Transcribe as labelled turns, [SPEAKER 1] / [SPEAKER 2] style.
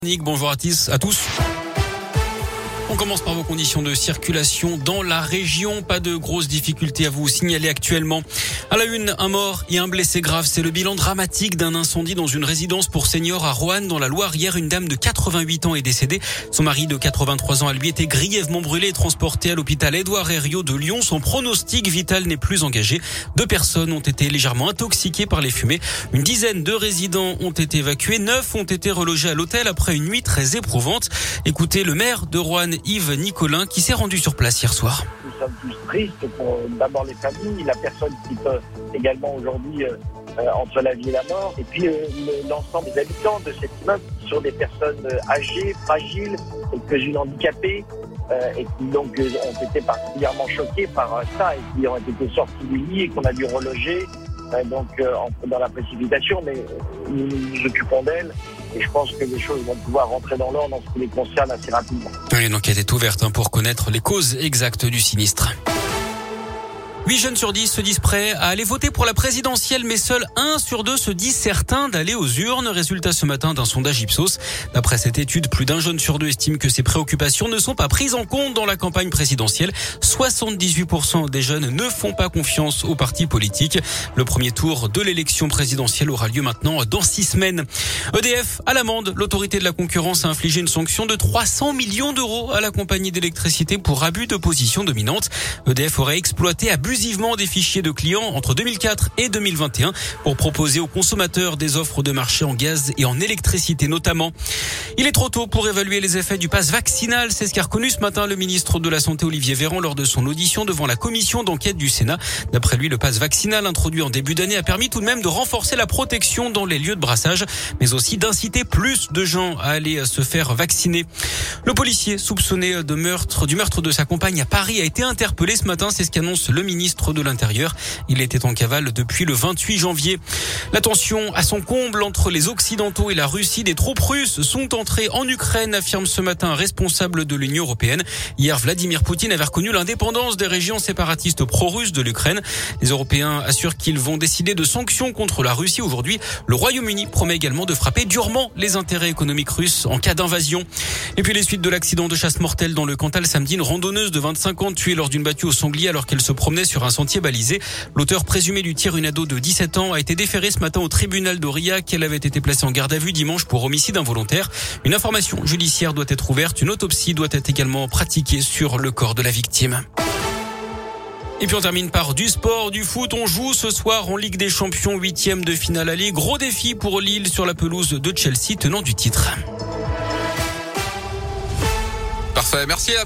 [SPEAKER 1] Bonjour à tous. On commence par vos conditions de circulation dans la région. Pas de grosses difficultés à vous signaler actuellement. À la une, un mort et un blessé grave. C'est le bilan dramatique d'un incendie dans une résidence pour seniors à Roanne, dans la Loire. Hier, une dame de 88 ans est décédée. Son mari de 83 ans a lui été grièvement brûlé et transporté à l'hôpital Édouard Herriot de Lyon. Son pronostic vital n'est plus engagé. 2 personnes ont été légèrement intoxiquées par les fumées. Une dizaine de résidents ont été évacués. 9 ont été relogés à l'hôtel après une nuit très éprouvante. Écoutez le maire de Roanne, Yves Nicolin, qui s'est rendu sur place hier soir.
[SPEAKER 2] Nous sommes tous tristes pour d'abord les familles, la personne qui peut également aujourd'hui entre la vie et la mort, et puis l'ensemble des habitants de cet immeuble qui sont des personnes âgées, fragiles, quelques-unes handicapées, et qui donc ont été particulièrement choquées par ça, et qui ont été sortis du lit et qu'on a dû reloger dans la précipitation, mais nous nous occupons d'elles. Et je pense que les choses vont pouvoir rentrer dans l'ordre en ce qui les concerne assez rapidement.
[SPEAKER 1] Une enquête est ouverte pour connaître les causes exactes du sinistre. 8 jeunes sur 10 se disent prêts à aller voter pour la présidentielle, mais seul 1 sur 2 se dit certain d'aller aux urnes. Résultat ce matin d'un sondage Ipsos. D'après cette étude, plus d'un jeune sur 2 estime que ses préoccupations ne sont pas prises en compte dans la campagne présidentielle. 78% des jeunes ne font pas confiance aux partis politiques. Le premier tour de l'élection présidentielle aura lieu maintenant dans 6 semaines. EDF à l'amende. L'autorité de la concurrence a infligé une sanction de 300 millions d'euros à la compagnie d'électricité pour abus de position dominante. EDF aurait exploité abusivement des fichiers de clients entre 2004 et 2021 pour proposer aux consommateurs des offres de marché en gaz et en électricité notamment. Il est trop tôt pour évaluer les effets du pass vaccinal. C'est ce qu'a reconnu ce matin le ministre de la Santé Olivier Véran lors de son audition devant la commission d'enquête du Sénat. D'après lui, le pass vaccinal introduit en début d'année a permis tout de même de renforcer la protection dans les lieux de brassage, mais aussi d'inciter plus de gens à aller se faire vacciner. Le policier soupçonné du meurtre de sa compagne à Paris a été interpellé ce matin. C'est ce qu'annonce le ministre de l'Intérieur. Il était en cavale depuis le 28 janvier. La tension à son comble entre les Occidentaux et la Russie. Des troupes russes sont entrées en Ukraine, affirme ce matin un responsable de l'Union européenne. Hier, Vladimir Poutine avait reconnu l'indépendance des régions séparatistes pro-russes de l'Ukraine. Les Européens assurent qu'ils vont décider de sanctions contre la Russie aujourd'hui. Le Royaume-Uni promet également de frapper durement les intérêts économiques russes en cas d'invasion. Et puis les suites de l'accident de chasse mortelle dans le Cantal samedi. Une randonneuse de 25 ans tuée lors d'une battue au sanglier alors qu'elle se promenait sur un sentier balisé. L'auteur présumé du tir, une ado de 17 ans, a été déféré ce matin au tribunal d'Aurillac. Elle avait été placée en garde à vue dimanche pour homicide involontaire. Une information judiciaire doit être ouverte. Une autopsie doit être également pratiquée sur le corps de la victime. Et puis on termine par du sport, du foot. On joue ce soir en Ligue des Champions, 8e de finale aller. Gros défi pour Lille sur la pelouse de Chelsea, tenant du titre.
[SPEAKER 3] Parfait, merci.